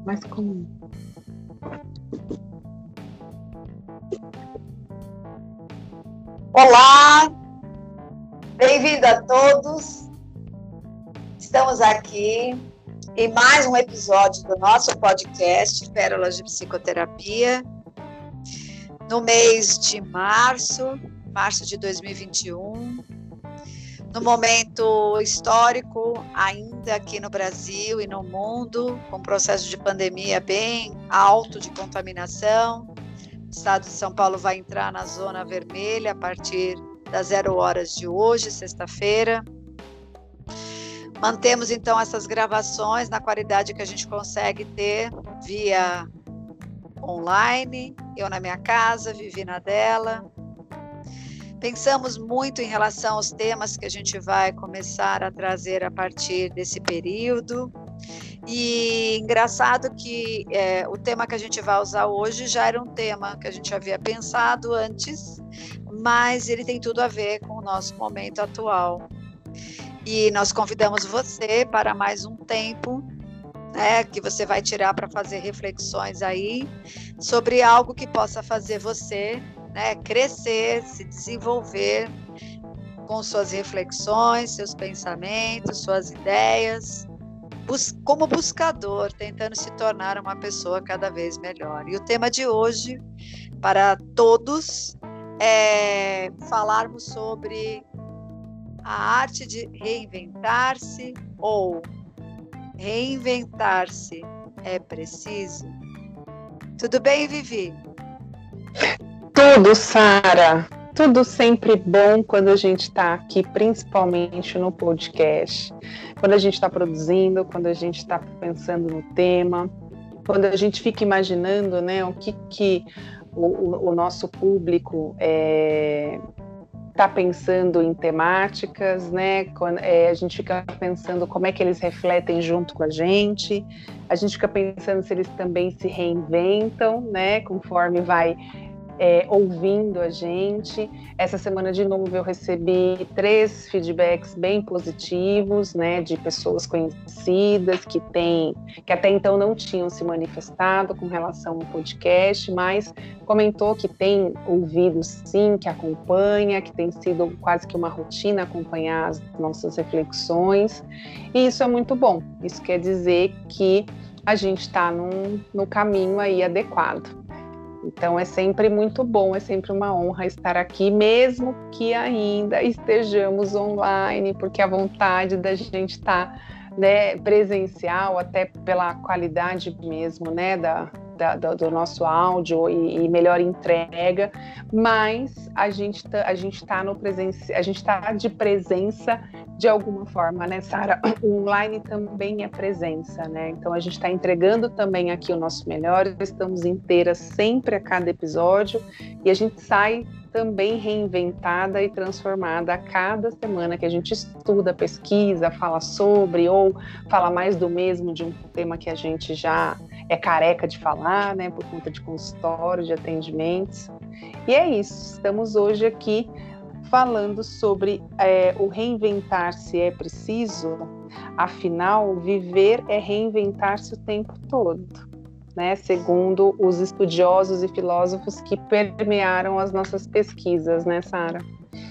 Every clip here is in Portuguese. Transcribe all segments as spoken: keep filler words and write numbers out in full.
mais comum. Olá, bem-vindo a todos. Estamos aqui em mais um episódio do nosso podcast Pérolas de Psicoterapia, no mês de março, março de dois mil e vinte e um, no momento histórico ainda aqui no Brasil e no mundo, com processo de pandemia bem alto de contaminação. O estado de São Paulo vai entrar na zona vermelha a partir das zero horas de hoje, sexta-feira. Mantemos, então, essas gravações na qualidade que a gente consegue ter via online, eu na minha casa, Vivi na dela. Pensamos muito em relação aos temas que a gente vai começar a trazer a partir desse período. E engraçado que é, o tema que a gente vai usar hoje já era um tema que a gente havia pensado antes, mas ele tem tudo a ver com o nosso momento atual. E nós convidamos você para mais um tempo, né, que você vai tirar para fazer reflexões aí sobre algo que possa fazer você, né, crescer, se desenvolver com suas reflexões, seus pensamentos, suas ideias, bus- como buscador, tentando se tornar uma pessoa cada vez melhor. E o tema de hoje, para todos, é falarmos sobre a arte de reinventar-se ou reinventar-se é preciso? Tudo bem, Vivi? Tudo, Sara. Tudo sempre bom quando a gente está aqui, principalmente no podcast. Quando a gente está produzindo, quando a gente está pensando no tema, quando a gente fica imaginando, né, o que, que o, o, o nosso público é, está pensando em temáticas, né? Quando, é, a gente fica pensando como é que eles refletem junto com a gente, a gente fica pensando se eles também se reinventam, né? Conforme vai é, ouvindo a gente. Essa semana, de novo, eu recebi três feedbacks bem positivos, né? De pessoas conhecidas que têm, que até então não tinham se manifestado com relação ao podcast, mas comentou que tem ouvido sim, que acompanha, que tem sido quase que uma rotina acompanhar as nossas reflexões, e isso é muito bom. Isso quer dizer que a gente está no caminho aí adequado. Então é sempre muito bom, é sempre uma honra estar aqui, mesmo que ainda estejamos online, porque a vontade da gente estar, né, presencial, até pela qualidade mesmo, né, da, da, do nosso áudio e, e melhor entrega, mas a gente tá, a gente tá no presença, a gente está de presença de alguma forma, né, Sara? O online também é presença, né? Então a gente está entregando também aqui o nosso melhor, estamos inteiras sempre a cada episódio e a gente sai também reinventada e transformada a cada semana que a gente estuda, pesquisa, fala sobre ou fala mais do mesmo de um tema que a gente já é careca de falar, né, por conta de consultório, de atendimentos. E é isso, estamos hoje aqui falando sobre é, o reinventar-se é preciso, afinal, viver é reinventar-se o tempo todo, né? Segundo os estudiosos e filósofos que permearam as nossas pesquisas, né, Sara?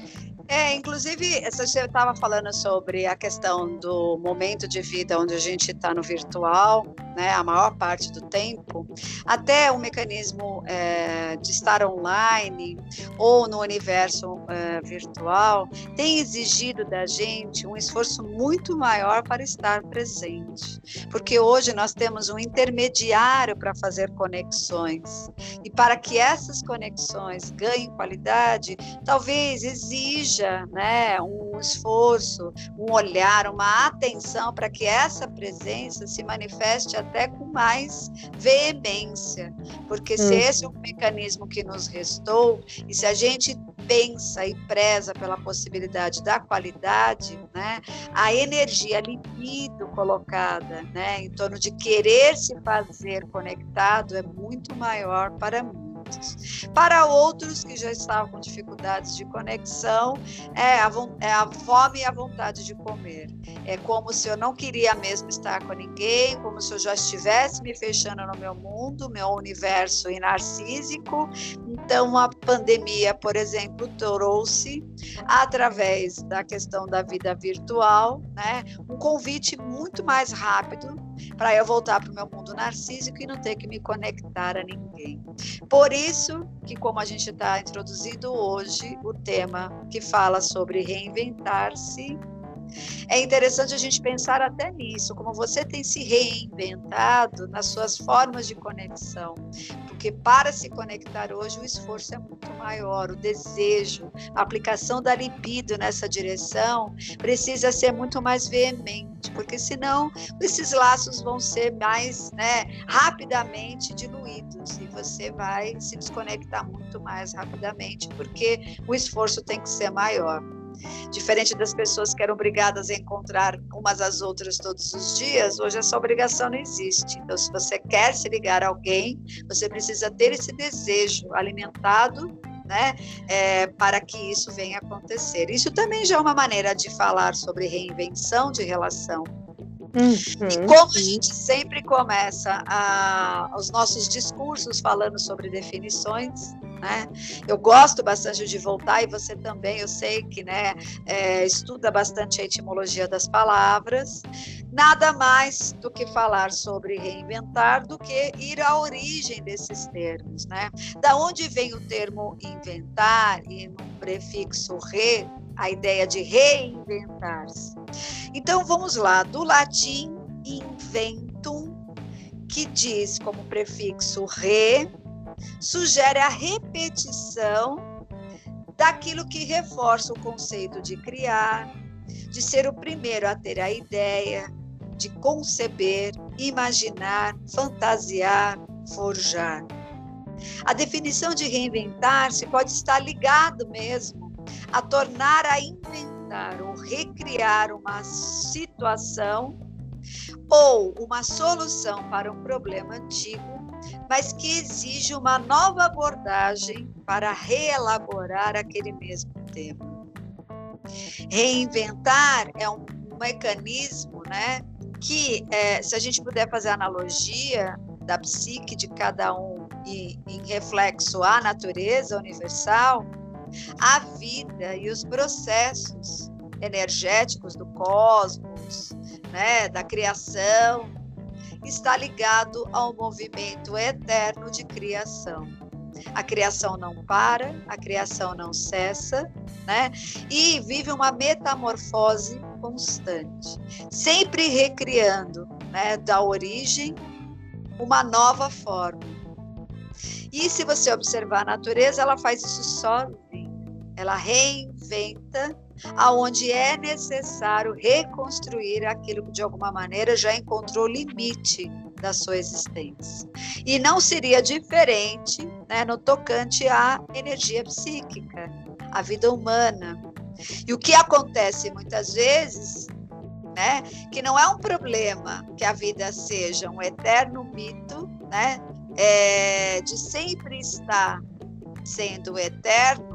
É, inclusive, você estava falando sobre a questão do momento de vida onde a gente está no virtual, né, a maior parte do tempo, até o mecanismo é, de estar online ou no universo é, virtual tem exigido da gente um esforço muito maior para estar presente, porque hoje nós temos um intermediário para fazer conexões, e para que essas conexões ganhem qualidade, talvez exija, né, um esforço, um olhar, uma atenção para que essa presença se manifeste até com mais veemência, porque se Hum. esse é um mecanismo que nos restou, e se a gente pensa e preza pela possibilidade da qualidade, né, a energia, a libido colocada, né, em torno de querer se fazer conectado é muito maior para muitos. remotos. Para outros que já estavam com dificuldades de conexão, é a, é a fome e a vontade de comer. É como se eu não queria mesmo estar com ninguém, como se eu já estivesse me fechando no meu mundo, meu universo narcísico. Então, a pandemia, por exemplo, trouxe, através da questão da vida virtual, né, um convite muito mais rápido para eu voltar para o meu mundo narcísico e não ter que me conectar a ninguém. Por isso que, como a gente está introduzindo hoje, o tema que fala sobre reinventar-se, é interessante a gente pensar até nisso, como você tem se reinventado nas suas formas de conexão, porque para se conectar hoje o esforço é muito maior, o desejo, a aplicação da libido nessa direção precisa ser muito mais veemente, porque senão esses laços vão ser mais, né, rapidamente diluídos e você vai se desconectar muito mais rapidamente, porque o esforço tem que ser maior. Diferente das pessoas que eram obrigadas a encontrar umas às outras todos os dias, hoje essa obrigação não existe. Então, se você quer se ligar a alguém, você precisa ter esse desejo alimentado, né, é, para que isso venha acontecer. Isso também já é uma maneira de falar sobre reinvenção de relação. Uhum. E como a gente sempre começa a, os nossos discursos falando sobre definições, né? Eu gosto bastante de voltar, e você também, eu sei que, né, é, estuda bastante a etimologia das palavras. Nada mais do que falar sobre reinventar do que ir à origem desses termos, né? Da onde vem o termo inventar e no prefixo re, a ideia de reinventar-se. Então vamos lá, do latim inventum, que diz como prefixo re, sugere a repetição daquilo que reforça o conceito de criar, de ser o primeiro a ter a ideia, de conceber, imaginar, fantasiar, forjar. A definição de reinventar-se pode estar ligado mesmo a tornar a inventar ou recriar uma situação ou uma solução para um problema antigo, mas que exige uma nova abordagem para reelaborar aquele mesmo tema. Reinventar é um mecanismo, né, que, é, se a gente puder fazer a analogia da psique de cada um e em reflexo à natureza universal, a vida e os processos energéticos do cosmos, né, da criação, está ligado ao movimento eterno de criação. A criação não para, a criação não cessa, né? E vive uma metamorfose constante, sempre recriando, né, da origem uma nova forma. E se você observar a natureza, ela faz isso sozinha. Ela reinventa aonde é necessário reconstruir aquilo que de alguma maneira já encontrou limite da sua existência. E não seria diferente, né, no tocante à energia psíquica, à vida humana. E o que acontece muitas vezes, né, que não é um problema que a vida seja um eterno mito, né, é, de sempre estar sendo eterno,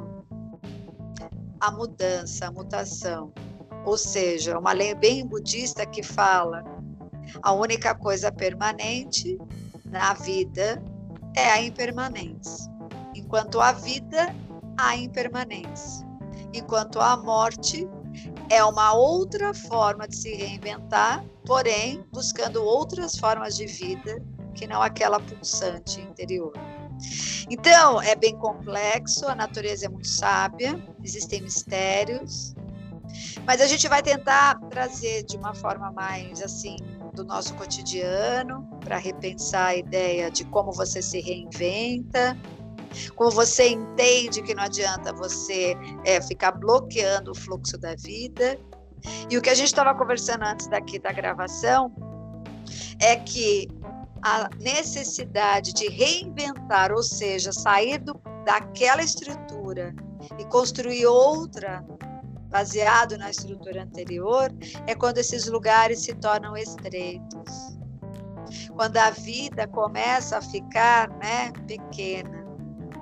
a mudança, a mutação. Ou seja, uma lei bem budista que fala a única coisa permanente na vida é a impermanência. Enquanto há vida, há impermanência. Enquanto há morte, é uma outra forma de se reinventar, porém buscando outras formas de vida que não aquela pulsante interior. Então, é bem complexo, a natureza é muito sábia, existem mistérios, mas a gente vai tentar trazer de uma forma mais, assim, do nosso cotidiano, para repensar a ideia de como você se reinventa, como você entende que não adianta você é, ficar bloqueando o fluxo da vida. E o que a gente estava conversando antes daqui da gravação é que a necessidade de reinventar, ou seja, sair do, daquela estrutura e construir outra baseado na estrutura anterior, é quando esses lugares se tornam estreitos. Quando a vida começa a ficar, né, pequena.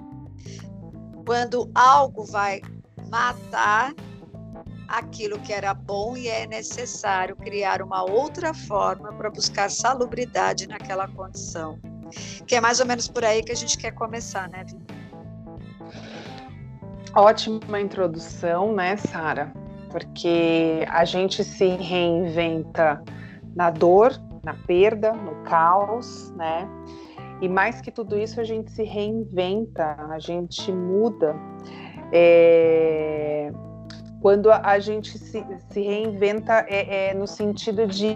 quando algo vai matar aquilo que era bom e é necessário criar uma outra forma para buscar salubridade naquela condição. Que é mais ou menos por aí que a gente quer começar, né, Vivi? Ótima introdução, né, Sara? Porque a gente se reinventa na dor, na perda, no caos, né? E mais que tudo isso, a gente se reinventa, a gente muda. É... Quando a gente se, se reinventa é, é no sentido de,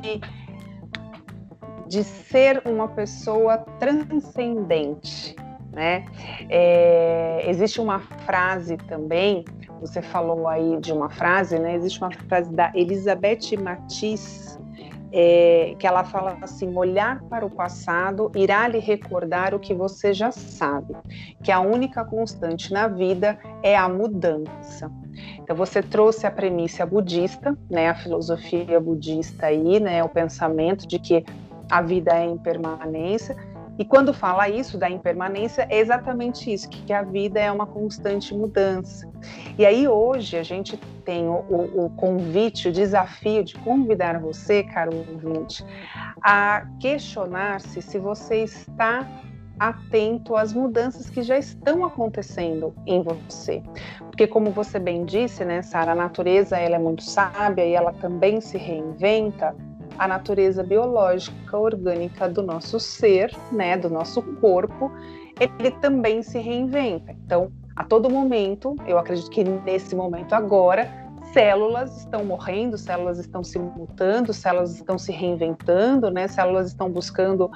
de ser uma pessoa transcendente, né? É, existe uma frase também, você falou aí de uma frase, né? Existe uma frase da Elisabeth Matisse, é, que ela fala assim: olhar para o passado irá lhe recordar o que você já sabe, que a única constante na vida é a mudança. Então você trouxe a premissa budista, né? A filosofia budista aí, né? O pensamento de que a vida é impermanência. E quando fala isso da impermanência, é exatamente isso, que a vida é uma constante mudança. E aí hoje a gente tem o, o, o convite, o desafio de convidar você, caro ouvinte, a questionar-se se você está atento às mudanças que já estão acontecendo em você. Porque como você bem disse, né, Sara, a natureza ela é muito sábia e ela também se reinventa. A natureza biológica, orgânica do nosso ser, né, do nosso corpo, ele também se reinventa. Então, a todo momento, eu acredito que nesse momento agora, células estão morrendo, células estão se mutando, células estão se reinventando, né, células estão buscando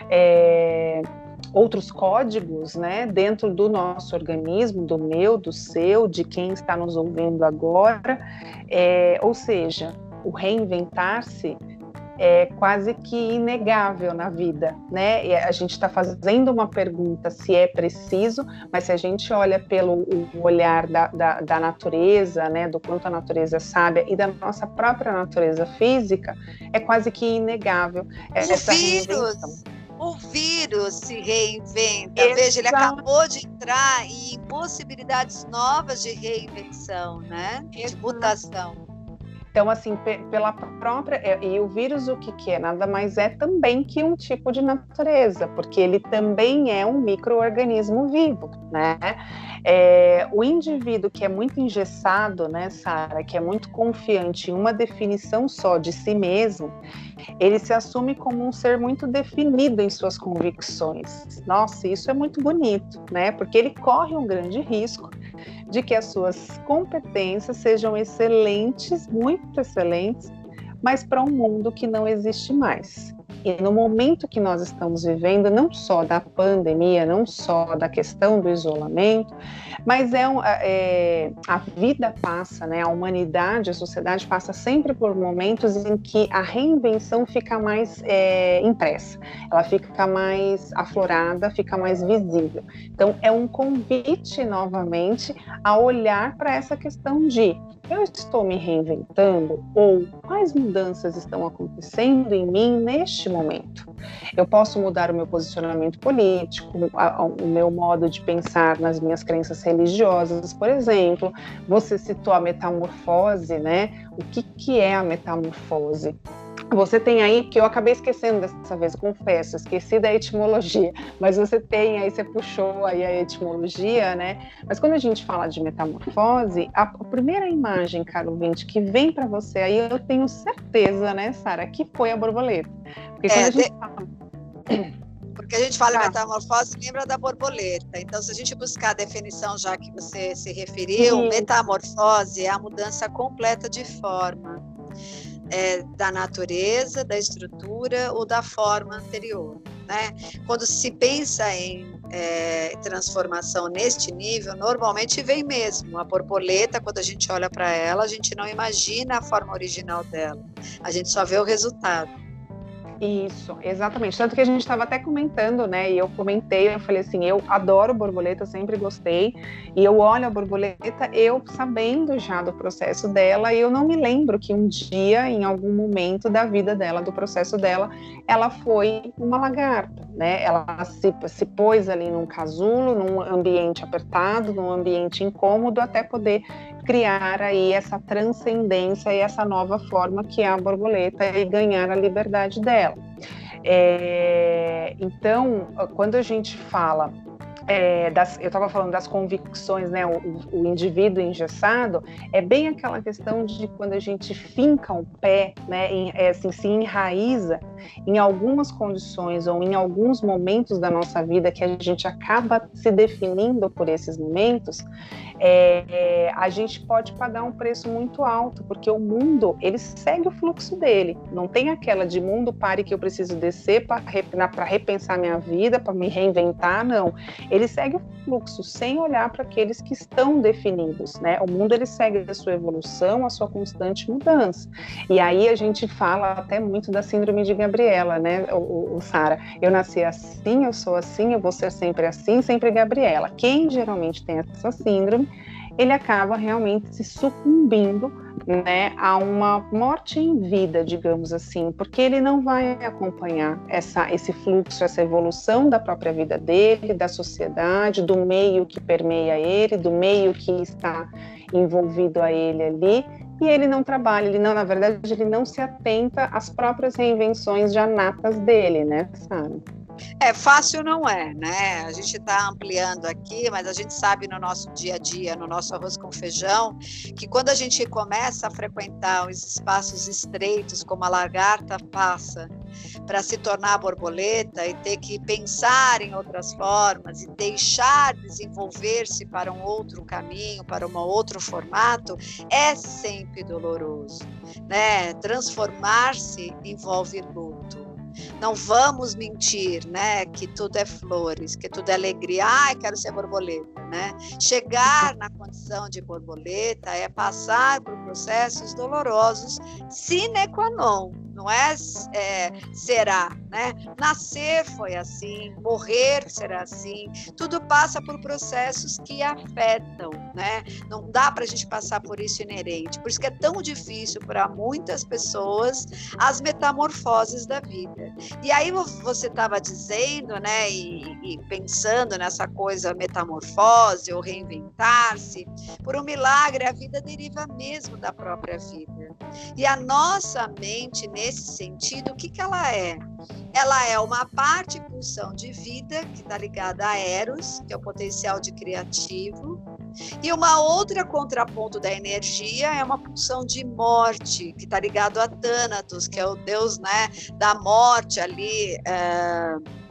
é, outros códigos, né, dentro do nosso organismo, do meu, do seu, de quem está nos ouvindo agora. É, ou seja, o reinventar-se é quase que inegável na vida, né? E a gente está fazendo uma pergunta se é preciso, mas se a gente olha pelo olhar da, da, da natureza, né? Do quanto a natureza é sábia e da nossa própria natureza física, é quase que inegável essa reinvenção. O vírus se reinventa. Exato. Veja, ele acabou de entrar em possibilidades novas de reinvenção, né? De mutação. Então, assim, pela própria... E o vírus, o que, que é? Nada mais é também que um tipo de natureza, porque ele também é um micro-organismo vivo, né? É, o indivíduo que é muito engessado, né, Sara, que é muito confiante em uma definição só de si mesmo, ele se assume como um ser muito definido em suas convicções. Nossa, isso é muito bonito, né? Porque ele corre um grande risco de que as suas competências sejam excelentes, muito excelentes, mas para um mundo que não existe mais. E no momento que nós estamos vivendo, não só da pandemia, não só da questão do isolamento, mas é, um, é a vida passa, né? A humanidade, a sociedade passa sempre por momentos em que a reinvenção fica mais é, impressa, ela fica mais aflorada, fica mais visível. Então é um convite novamente a olhar para essa questão de: eu estou me reinventando? Ou quais mudanças estão acontecendo em mim neste momento? Eu posso mudar o meu posicionamento político, a, a, o meu modo de pensar nas minhas crenças religiosas, por exemplo. Você citou a metamorfose, né? O que, que é a metamorfose? Você tem aí, que eu acabei esquecendo dessa vez, confesso, esqueci da etimologia, mas você tem aí, você puxou aí a etimologia, né? Mas quando a gente fala de metamorfose, a, a primeira imagem, caro ouvinte, que vem para você aí, eu tenho certeza, né, Sara, que foi a borboleta. Porque quando é, a gente de... fala... Porque a gente fala em metamorfose, lembra da borboleta. Então, se a gente buscar a definição, já que você se referiu, Sim. metamorfose é a mudança completa de forma. É, da natureza, da estrutura ou da forma anterior, né? Quando se pensa em é, transformação neste nível, normalmente vem mesmo a borboleta. Quando a gente olha para ela, a gente não imagina a forma original dela, a gente só vê o resultado. Isso, exatamente. Tanto que a gente estava até comentando, né? E eu comentei, eu falei assim, eu adoro borboleta, sempre gostei. E eu olho a borboleta, eu sabendo já do processo dela, e eu não me lembro que um dia, em algum momento da vida dela, do processo dela, ela foi uma lagarta, né? Ela se, se pôs ali num casulo, num ambiente apertado, num ambiente incômodo, até poder criar aí essa transcendência e essa nova forma que é a borboleta e ganhar a liberdade dela. É, então, quando a gente fala, é, das, eu estava falando das convicções, né, o, o indivíduo engessado, é bem aquela questão de quando a gente finca um pé, né, em, é, assim, se enraiza em algumas condições ou em alguns momentos da nossa vida que a gente acaba se definindo por esses momentos, é, é, a gente pode pagar um preço muito alto, porque o mundo, ele segue o fluxo dele, não tem aquela de mundo pare que eu preciso descer para repensar minha vida, para me reinventar, não. Ele segue o fluxo sem olhar para aqueles que estão definidos, né? O mundo, ele segue a sua evolução, a sua constante mudança. E aí a gente fala até muito da síndrome de Gabriela, né, o, o Sara? Eu nasci assim, eu sou assim, eu vou ser sempre assim, sempre Gabriela. Quem geralmente tem essa síndrome, ele acaba realmente se sucumbindo, né, a uma morte em vida, digamos assim, porque ele não vai acompanhar essa, esse fluxo, essa evolução da própria vida dele, da sociedade, do meio que permeia ele, do meio que está envolvido a ele ali, e ele não trabalha, ele não, na verdade, ele não se atenta às próprias reinvenções já natas dele, né, Sara? É, fácil não é, né? A gente está ampliando aqui, mas a gente sabe no nosso dia a dia, no nosso arroz com feijão, que quando a gente começa a frequentar os espaços estreitos, como a lagarta passa, para se tornar borboleta e ter que pensar em outras formas e deixar desenvolver-se para um outro caminho, para um outro formato, é sempre doloroso, né? Transformar-se envolve luto. Não vamos mentir, né, que tudo é flores, que tudo é alegria. Ai, quero ser borboleta, né? Chegar na condição de borboleta é passar por processos dolorosos sine qua non, não é, é será, né? Nascer foi assim, morrer será assim, tudo passa por processos que afetam, né? Não dá para a gente passar por isso inerente, por isso que é tão difícil para muitas pessoas as metamorfoses da vida. E aí você estava dizendo, né, e, e pensando nessa coisa metamorfose ou reinventar-se, por um milagre a vida deriva mesmo da própria vida. E a nossa mente, nesse sentido, o que, que ela é? Ela é uma parte pulsão de vida que está ligada a Eros, que é o potencial de criativo, e uma outra contraponto da energia é uma pulsão de morte, que está ligado a Thanatos, que é o deus, né, da morte ali, é,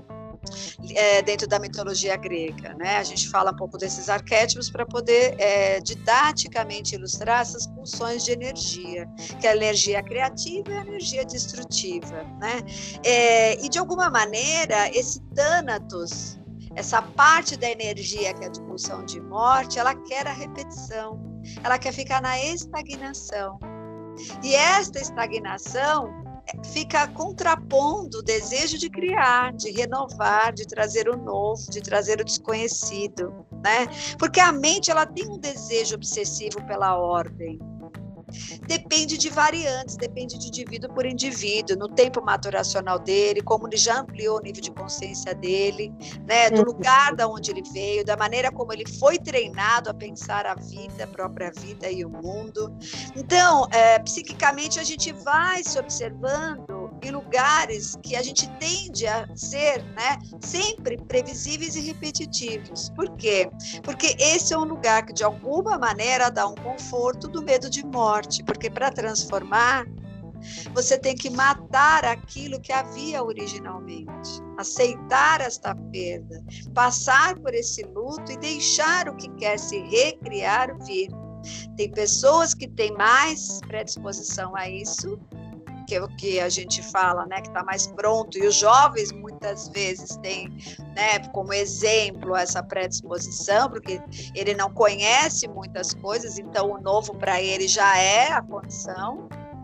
é, dentro da mitologia grega, né? A gente fala um pouco desses arquétipos para poder é, didaticamente ilustrar essas pulsões de energia, que é a energia criativa e a energia destrutiva, né? É, e de alguma maneira esse Thanatos, essa parte da energia que é a de pulsão de morte, ela quer a repetição, ela quer ficar na estagnação. E esta estagnação fica contrapondo o desejo de criar, de renovar, de trazer o novo, de trazer o desconhecido, né? Porque a mente, ela tem um desejo obsessivo pela ordem. Depende de variantes, depende de indivíduo por indivíduo, no tempo maturacional dele, como ele já ampliou o nível de consciência dele, né, do lugar da onde ele veio, da maneira como ele foi treinado a pensar a vida, a própria vida e o mundo. Então, é, psiquicamente, a gente vai se observando em lugares que a gente tende a ser, né, sempre previsíveis e repetitivos. Por quê? Porque esse é um lugar que, de alguma maneira, dá um conforto do medo de morte, porque para transformar, você tem que matar aquilo que havia originalmente, aceitar esta perda, passar por esse luto e deixar o que quer se recriar vir. Tem pessoas que têm mais predisposição a isso, que é o que a gente fala, né, que está mais pronto, e os jovens muitas vezes têm, né, como exemplo essa predisposição, porque ele não conhece muitas coisas, então o novo para ele já é a condição.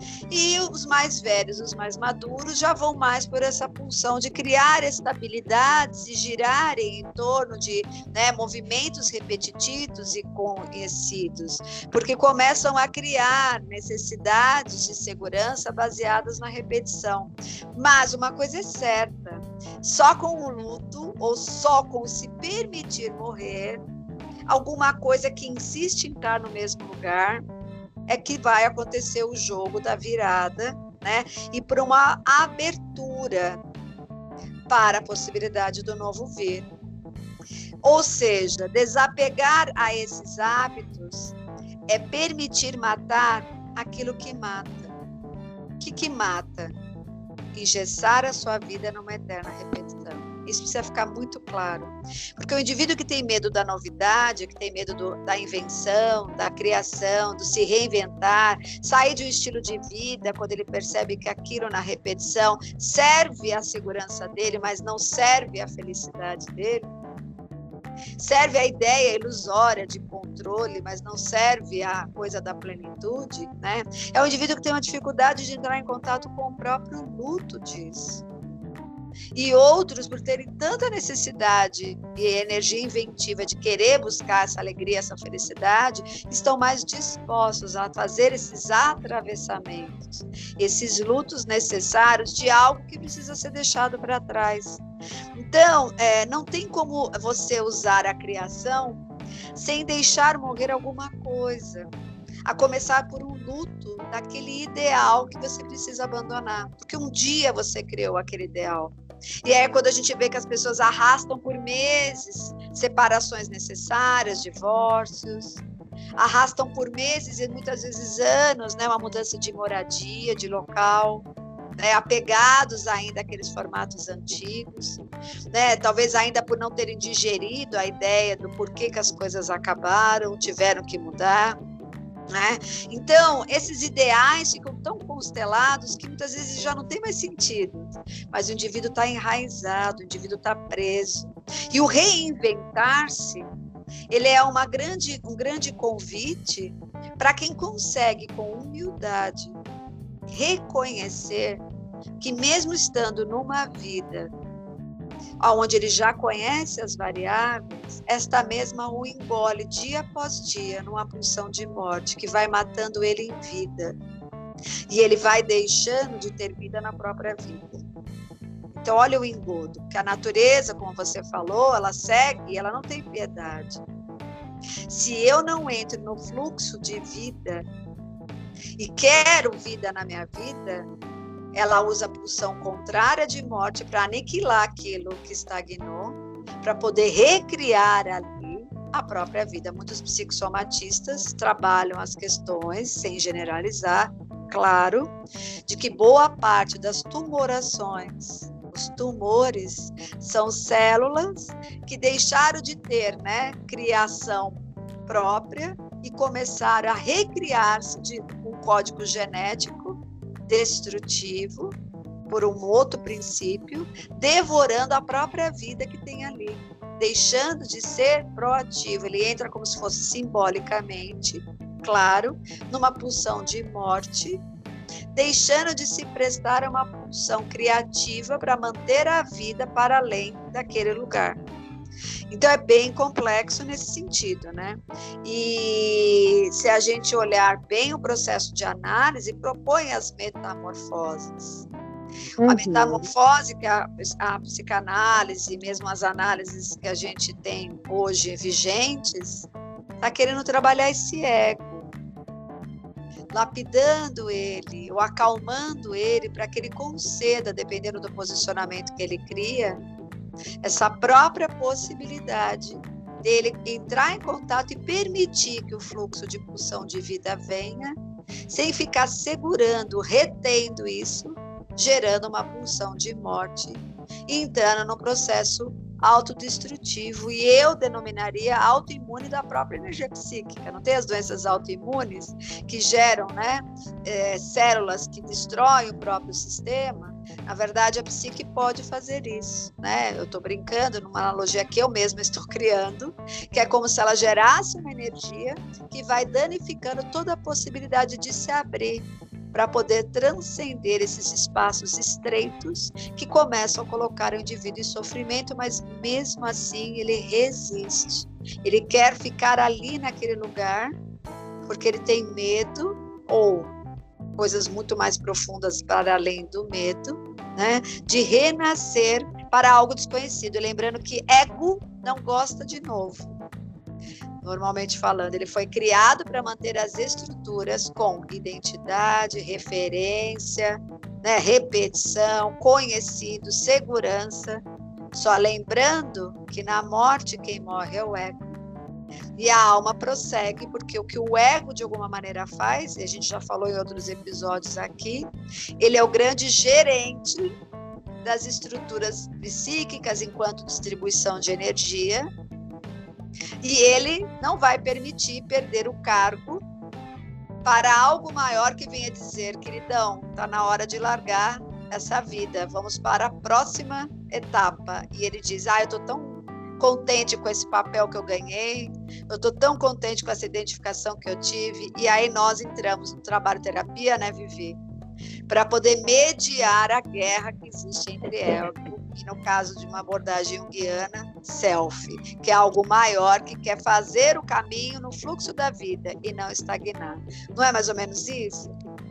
E os mais velhos, os mais maduros, já vão mais por essa pulsão de criar estabilidades e girarem em torno de, né, movimentos repetitivos e conhecidos, porque começam a criar necessidades de segurança baseadas na repetição. Mas uma coisa é certa, só com o luto ou só com se permitir morrer, alguma coisa que insiste em estar no mesmo lugar, é que vai acontecer o jogo da virada, né? E por uma abertura para a possibilidade do novo vir. Ou seja, desapegar a esses hábitos é permitir matar aquilo que mata. O que que mata? Engessar a sua vida numa eterna repetição. Isso precisa ficar muito claro. Porque o indivíduo que tem medo da novidade, que tem medo do, da invenção, da criação, do se reinventar, sair de um estilo de vida, quando ele percebe que aquilo na repetição serve à segurança dele, mas não serve à felicidade dele, serve à ideia ilusória de controle, mas não serve à coisa da plenitude, né? É um indivíduo que tem uma dificuldade de entrar em contato com o próprio luto disso. E outros, por terem tanta necessidade e energia inventiva de querer buscar essa alegria, essa felicidade, estão mais dispostos a fazer esses atravessamentos, esses lutos necessários de algo que precisa ser deixado para trás. Então, é, não tem como você usar a criação sem deixar morrer alguma coisa, a começar por um luto daquele ideal que você precisa abandonar, porque um dia você criou aquele ideal. E é quando a gente vê que as pessoas arrastam por meses separações necessárias, divórcios, arrastam por meses e muitas vezes anos, né, uma mudança de moradia, de local, né, apegados ainda àqueles formatos antigos, né, talvez ainda por não terem digerido a ideia do porquê que as coisas acabaram, tiveram que mudar. Né? Então, esses ideais ficam tão constelados que muitas vezes já não tem mais sentido, mas o indivíduo está enraizado, o indivíduo está preso. E o reinventar-se, ele é uma grande, um grande convite para quem consegue, com humildade, reconhecer que mesmo estando numa vida onde ele já conhece as variáveis, esta mesma o engole dia após dia numa pulsão de morte que vai matando ele em vida. E ele vai deixando de ter vida na própria vida. Então, olha o engodo, que a natureza, como você falou, ela segue, ela não tem piedade. Se eu não entro no fluxo de vida e quero vida na minha vida, ela usa a pulsão contrária de morte para aniquilar aquilo que estagnou, para poder recriar ali a própria vida. Muitos psicossomatistas trabalham as questões, sem generalizar, claro, de que boa parte das tumorações, os tumores, são células que deixaram de ter, né, criação própria e começaram a recriar-se de um código genético destrutivo por um outro princípio, devorando a própria vida que tem ali, deixando de ser proativo. Ele entra como se fosse simbolicamente, claro, numa pulsão de morte, deixando de se prestar a uma pulsão criativa para manter a vida para além daquele lugar. Então é bem complexo nesse sentido, né? E se a gente olhar bem o processo de análise, propõe as metamorfoses. Uhum. A metamorfose que a, a psicanálise, mesmo as análises que a gente tem hoje vigentes, está querendo trabalhar esse ego, lapidando ele, ou acalmando ele para que ele conceda, dependendo do posicionamento que ele cria, essa própria possibilidade dele entrar em contato e permitir que o fluxo de pulsão de vida venha, sem ficar segurando, retendo isso, gerando uma pulsão de morte, e entrando no processo autodestrutivo, e eu denominaria autoimune da própria energia psíquica. Não tem as doenças autoimunes que geram, né, é, células que destroem o próprio sistema? Na verdade, a psique pode fazer isso, né? Eu estou brincando numa analogia que eu mesma estou criando, que é como se ela gerasse uma energia que vai danificando toda a possibilidade de se abrir para poder transcender esses espaços estreitos que começam a colocar o indivíduo em sofrimento, mas mesmo assim ele resiste. Ele quer ficar ali naquele lugar porque ele tem medo ou coisas muito mais profundas para além do medo, né, de renascer para algo desconhecido. E lembrando que ego não gosta de novo. Normalmente falando, ele foi criado para manter as estruturas com identidade, referência, né, repetição, conhecido, segurança. Só lembrando que na morte quem morre é o ego. E a alma prossegue, porque o que o ego de alguma maneira faz, e a gente já falou em outros episódios aqui, ele é o grande gerente das estruturas psíquicas enquanto distribuição de energia, e ele não vai permitir perder o cargo para algo maior que venha dizer, queridão, está na hora de largar essa vida, vamos para a próxima etapa. E ele diz, ah, eu estou tão contente com esse papel que eu ganhei, eu estou tão contente com essa identificação que eu tive, e aí nós entramos no trabalho terapia, né, Vivi? Para poder mediar a guerra que existe entre ego e, no caso de uma abordagem junguiana, self, que é algo maior, que quer fazer o caminho no fluxo da vida e não estagnar. Não é mais ou menos isso?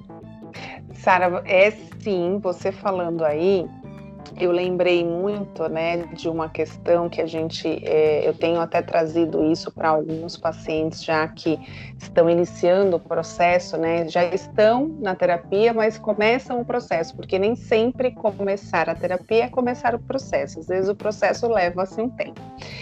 Sara, é sim, você falando aí, eu lembrei muito, né, de uma questão que a gente, é, eu tenho até trazido isso para alguns pacientes já que estão iniciando o processo, né, já estão na terapia, mas começam o processo, porque nem sempre começar a terapia é começar o processo, às vezes o processo leva-se um tempo.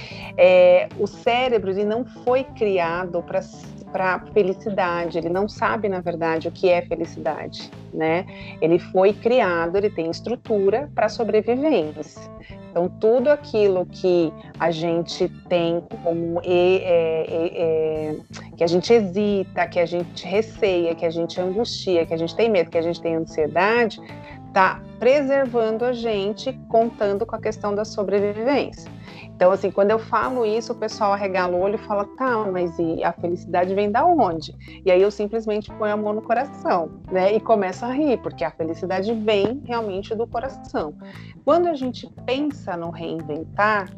É, o cérebro, ele não foi criado para para felicidade, ele não sabe, na verdade, o que é felicidade, né? Ele foi criado, ele tem estrutura para sobrevivência. Então, tudo aquilo que a gente tem como, é, é, é, que a gente hesita, que a gente receia, que a gente angustia, que a gente tem medo, que a gente tem ansiedade, está preservando a gente, contando com a questão da sobrevivência. Então, assim, quando eu falo isso, o pessoal arregala o olho e fala, tá, mas e a felicidade vem da onde? E aí eu simplesmente ponho a mão no coração, né, e começo a rir, porque a felicidade vem realmente do coração. Quando a gente pensa no reinventar,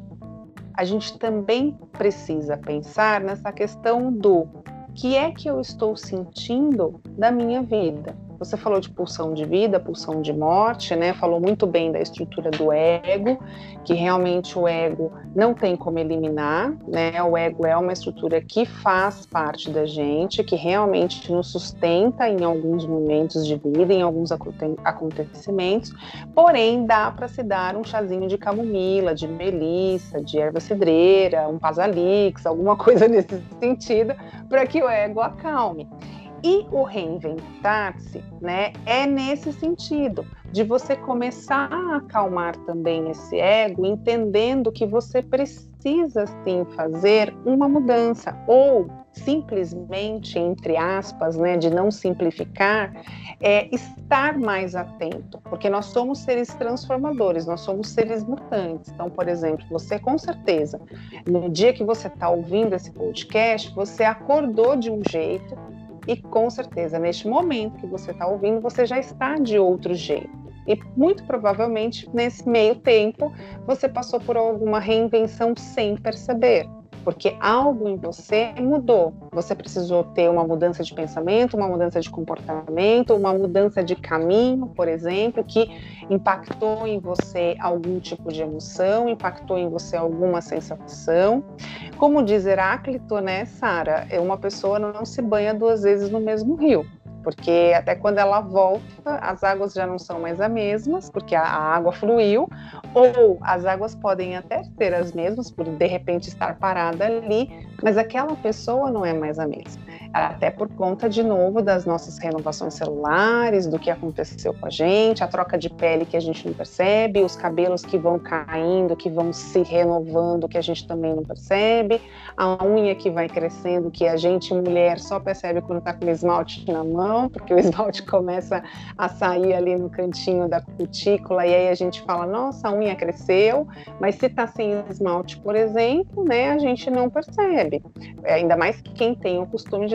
a gente também precisa pensar nessa questão do que é que eu estou sentindo da minha vida. Você falou de pulsão de vida, pulsão de morte, né? Falou muito bem da estrutura do ego, que realmente o ego não tem como eliminar, né? O ego é uma estrutura que faz parte da gente, que realmente nos sustenta em alguns momentos de vida, em alguns acontecimentos, porém dá para se dar um chazinho de camomila, de melissa, de erva cidreira, um pasalix, alguma coisa nesse sentido, para que o ego acalme. E o reinventar-se, né, é nesse sentido, de você começar a acalmar também esse ego, entendendo que você precisa sim fazer uma mudança, ou simplesmente, entre aspas, né, de não simplificar, é estar mais atento, porque nós somos seres transformadores, nós somos seres mutantes. Então, por exemplo, você com certeza, no dia que você está ouvindo esse podcast, você acordou de um jeito, e com certeza, neste momento que você está ouvindo, você já está de outro jeito. E muito provavelmente, nesse meio tempo, você passou por alguma reinvenção sem perceber. Porque algo em você mudou. Você precisou ter uma mudança de pensamento, uma mudança de comportamento, uma mudança de caminho, por exemplo, que impactou em você algum tipo de emoção, impactou em você alguma sensação. Como diz Heráclito, né, Sara, uma pessoa não se banha duas vezes no mesmo rio. Porque até quando ela volta, as águas já não são mais as mesmas, porque a, a água fluiu, ou as águas podem até ser as mesmas, por de repente estar parada ali, mas aquela pessoa não é mais a mesma. Até por conta, de novo, das nossas renovações celulares, do que aconteceu com a gente, a troca de pele que a gente não percebe, os cabelos que vão caindo, que vão se renovando, que a gente também não percebe, a unha que vai crescendo, que a gente, mulher, só percebe quando está com o esmalte na mão, porque o esmalte começa a sair ali no cantinho da cutícula, e aí a gente fala, nossa, a unha cresceu, mas se está sem esmalte, por exemplo, né, a gente não percebe. Ainda mais que quem tem o costume de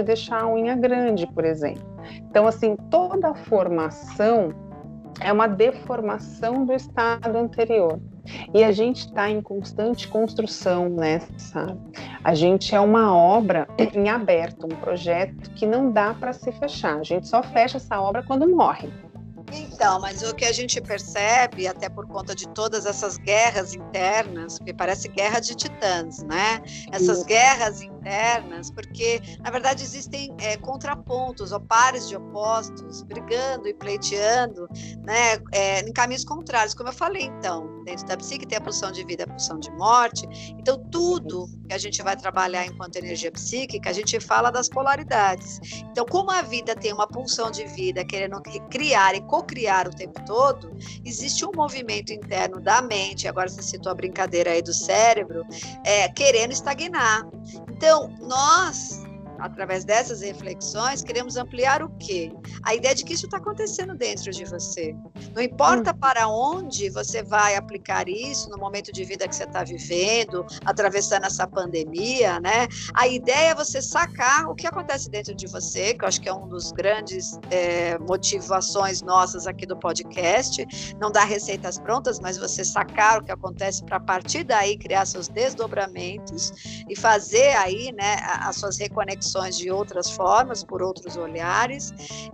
deixar a unha grande, por exemplo. Então, assim, toda a formação é uma deformação do estado anterior. E a gente está em constante construção, né, sabe? A gente é uma obra em aberto, um projeto que não dá para se fechar. A gente só fecha essa obra quando morre. Então, mas o que a gente percebe, até por conta de todas essas guerras internas, porque parece guerra de titãs, né? Essas Sim. guerras internas, porque, na verdade, existem é, contrapontos, ou pares de opostos, brigando e pleiteando, né, é, em caminhos contrários. Como eu falei, então, dentro da psique tem a pulsão de vida, a pulsão de morte. Então, tudo que a gente vai trabalhar enquanto energia psíquica, a gente fala das polaridades. Então, como a vida tem uma pulsão de vida, querendo criar e co-criar o tempo todo, existe um movimento interno da mente, agora você citou a brincadeira aí do cérebro, é, querendo estagnar. Então, nós, através dessas reflexões, queremos ampliar o quê? A ideia de que isso está acontecendo dentro de você. Não importa hum. para onde você vai aplicar isso, no momento de vida que você está vivendo, atravessando essa pandemia, né? A ideia é você sacar o que acontece dentro de você, que eu acho que é um dos grandes é, motivações nossas aqui do podcast. Não dar receitas prontas, mas você sacar o que acontece para, a partir daí, criar seus desdobramentos e fazer aí, né, as suas reconexões de outras formas, por outros olhares,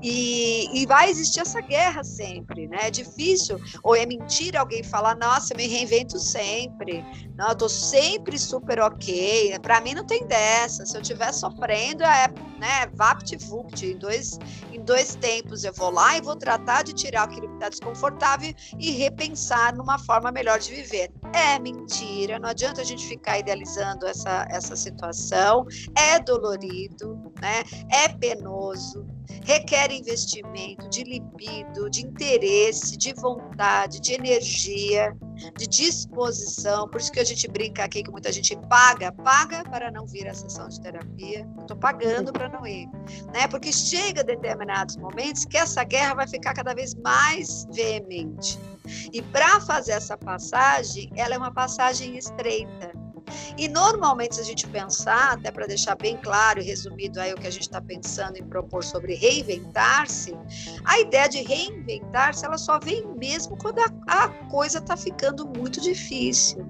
e, e vai existir essa guerra sempre, né? É difícil, ou é mentira alguém falar, nossa, eu me reinvento sempre, não, eu tô sempre super ok, para mim não tem dessa, se eu estiver sofrendo, é, né, vapt-vupt, em dois, em dois tempos eu vou lá e vou tratar de tirar aquilo que está desconfortável e repensar numa forma melhor de viver. É mentira, não adianta a gente ficar idealizando essa, essa situação, é dolorido, né? É penoso, requer investimento de libido, de interesse, de vontade, de energia, de disposição. Por isso que a gente brinca aqui que muita gente paga, paga para não vir à sessão de terapia. Eu estou pagando para não ir, né? Porque chega determinados momentos que essa guerra vai ficar cada vez mais veemente. E para fazer essa passagem, ela é uma passagem estreita. E normalmente, se a gente pensar, até para deixar bem claro e resumido aí o que a gente está pensando em propor sobre reinventar-se, a ideia de reinventar-se, ela só vem mesmo quando a, a coisa está ficando muito difícil.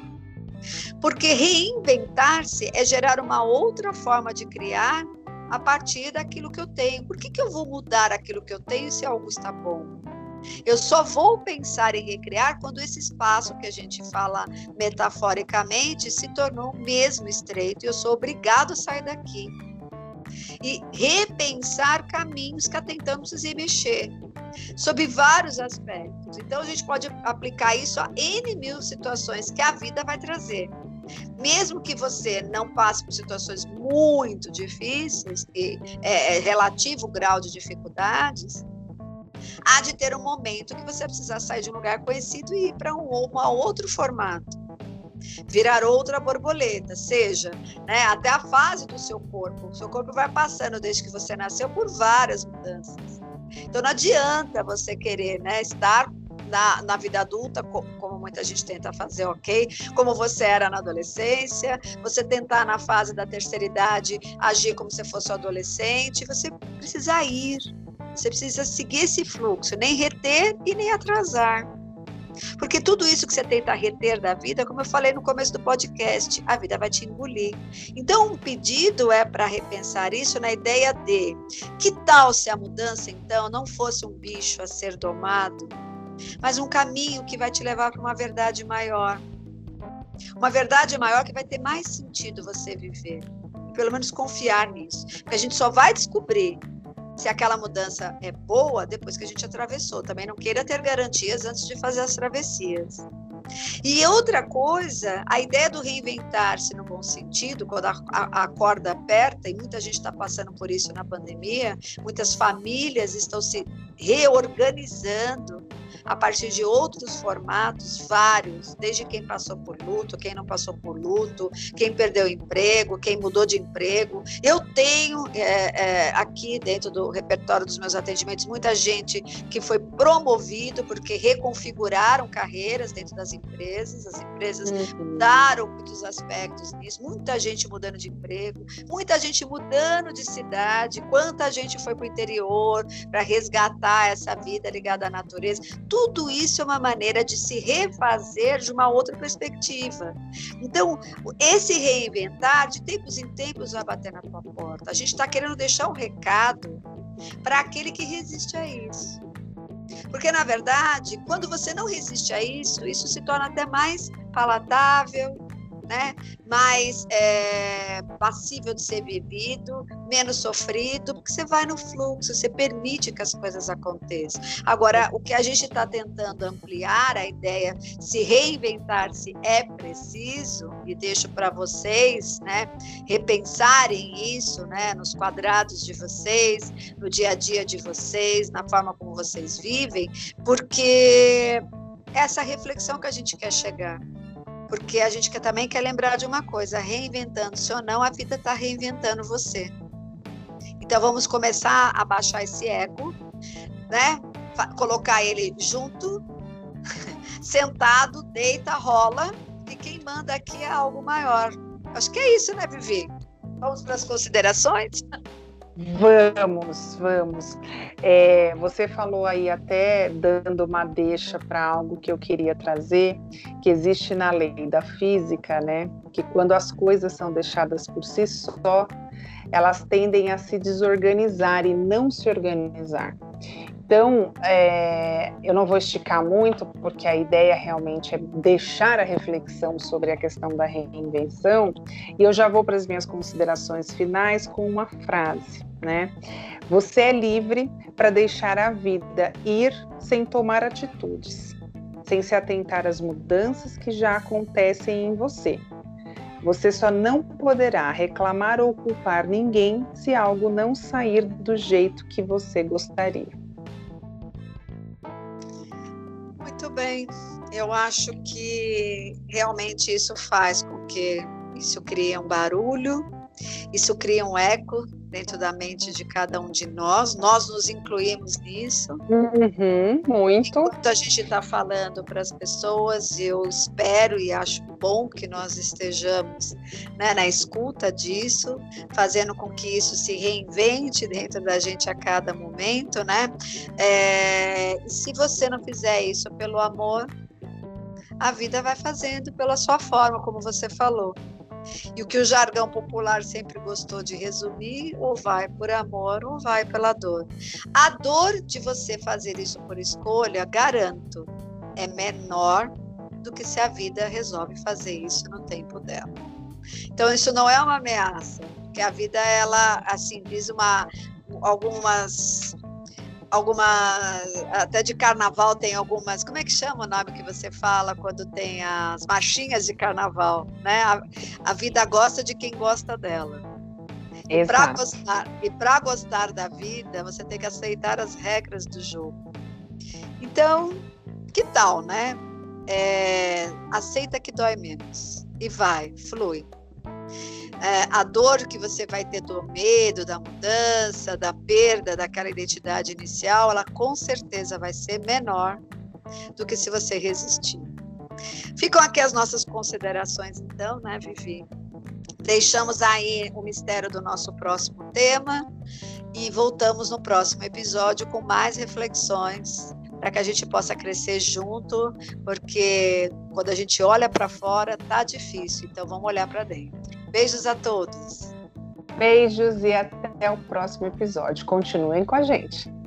Porque reinventar-se é gerar uma outra forma de criar a partir daquilo que eu tenho. Por que que eu vou mudar aquilo que eu tenho se algo está bom? Eu só vou pensar em recriar quando esse espaço que a gente fala metaforicamente se tornou mesmo estreito e eu sou obrigado a sair daqui. E repensar caminhos que tentamos se mexer, sob vários aspectos. Então a gente pode aplicar isso a N mil situações que a vida vai trazer. Mesmo que você não passe por situações muito difíceis, e é, é relativo o grau de dificuldades, há de ter um momento que você vai precisar sair de um lugar conhecido e ir para um, um outro formato, virar outra borboleta, seja, né, até a fase do seu corpo. O seu corpo vai passando desde que você nasceu por várias mudanças. Então não adianta você querer, né, estar na, na vida adulta, como, como muita gente tenta fazer, ok? Como você era na adolescência, você tentar na fase da terceira idade agir como se fosse um adolescente, você precisa ir. Você precisa seguir esse fluxo, nem reter e nem atrasar. Porque tudo isso que você tenta reter da vida, como eu falei no começo do podcast, a vida vai te engolir. Então, um pedido é para repensar isso na ideia de que tal se a mudança, então, não fosse um bicho a ser domado, mas um caminho que vai te levar para uma verdade maior. Uma verdade maior que vai ter mais sentido você viver. Pelo menos confiar nisso. Porque a gente só vai descobrir se aquela mudança é boa depois que a gente atravessou. Também não queira ter garantias antes de fazer as travessias. E outra coisa, a ideia do reinventar-se no bom sentido, quando a, a, a corda aperta, e muita gente está passando por isso na pandemia, muitas famílias estão se reorganizando, a partir de outros formatos, vários, desde quem passou por luto, quem não passou por luto, quem perdeu emprego, quem mudou de emprego. Eu tenho é, é, aqui dentro do repertório dos meus atendimentos muita gente que foi promovido porque reconfiguraram carreiras dentro das empresas, as empresas uhum. mudaram muitos aspectos nisso, muita gente mudando de emprego, muita gente mudando de cidade, quanta gente foi para o interior para resgatar essa vida ligada à natureza. Tudo isso é uma maneira de se refazer de uma outra perspectiva. Então, esse reinventar, de tempos em tempos, vai bater na tua porta. A gente está querendo deixar um recado para aquele que resiste a isso. Porque, na verdade, quando você não resiste a isso, isso se torna até mais palatável, né? Mais é, passível de ser vivido, menos sofrido, porque você vai no fluxo, você permite que as coisas aconteçam. Agora, o que a gente está tentando ampliar, a ideia, se reinventar-se é preciso, e deixo para vocês, né, repensarem isso, né, nos quadrados de vocês, no dia a dia de vocês, na forma como vocês vivem, porque essa reflexão que a gente quer chegar. Porque a gente quer, também quer lembrar de uma coisa, reinventando-se ou não, a vida está reinventando você. Então vamos começar a baixar esse ego, né? Colocar ele junto, sentado, deita, rola, e quem manda aqui é algo maior. Acho que é isso, né, Vivi? Vamos para as considerações? Vamos, vamos. É, você falou aí até dando uma deixa para algo que eu queria trazer, que existe na lei da física, né? Que quando as coisas são deixadas por si só, elas tendem a se desorganizar e não se organizar. Então, é, eu não vou esticar muito, porque a ideia realmente é deixar a reflexão sobre a questão da reinvenção, e eu já vou para as minhas considerações finais com uma frase, né? Você é livre para deixar a vida ir sem tomar atitudes, sem se atentar às mudanças que já acontecem em você. Você só não poderá reclamar ou culpar ninguém se algo não sair do jeito que você gostaria. Muito bem, eu acho que realmente isso faz com que isso crie um barulho, isso cria um eco dentro da mente de cada um de nós, nós nos incluímos nisso. Uhum, muito. Enquanto a gente está falando para as pessoas, eu espero e acho bom que nós estejamos, né, na escuta disso, fazendo com que isso se reinvente dentro da gente a cada momento, né? É, e se você não fizer isso pelo amor, a vida vai fazendo pela sua forma, como você falou. E o que o jargão popular sempre gostou de resumir, ou vai por amor ou vai pela dor. A dor de você fazer isso por escolha, garanto, é menor do que se a vida resolve fazer isso no tempo dela. Então isso não é uma ameaça, porque a vida, ela, assim, diz uma, algumas... algumas, até de carnaval tem algumas, como é que chama o nome que você fala quando tem as marchinhas de carnaval, né? A, a vida gosta de quem gosta dela. E para gostar, e para gostar da vida, você tem que aceitar as regras do jogo. Então, que tal, né? É, aceita que dói menos e vai, flui. É, a dor que você vai ter do medo, da mudança, da perda daquela identidade inicial, ela com certeza vai ser menor do que se você resistir. Ficam aqui as nossas considerações, então, né, Vivi? Deixamos aí o mistério do nosso próximo tema e voltamos no próximo episódio com mais reflexões para que a gente possa crescer junto, porque quando a gente olha para fora, tá difícil, então vamos olhar para dentro. Beijos a todos. Beijos e até o próximo episódio. Continuem com a gente.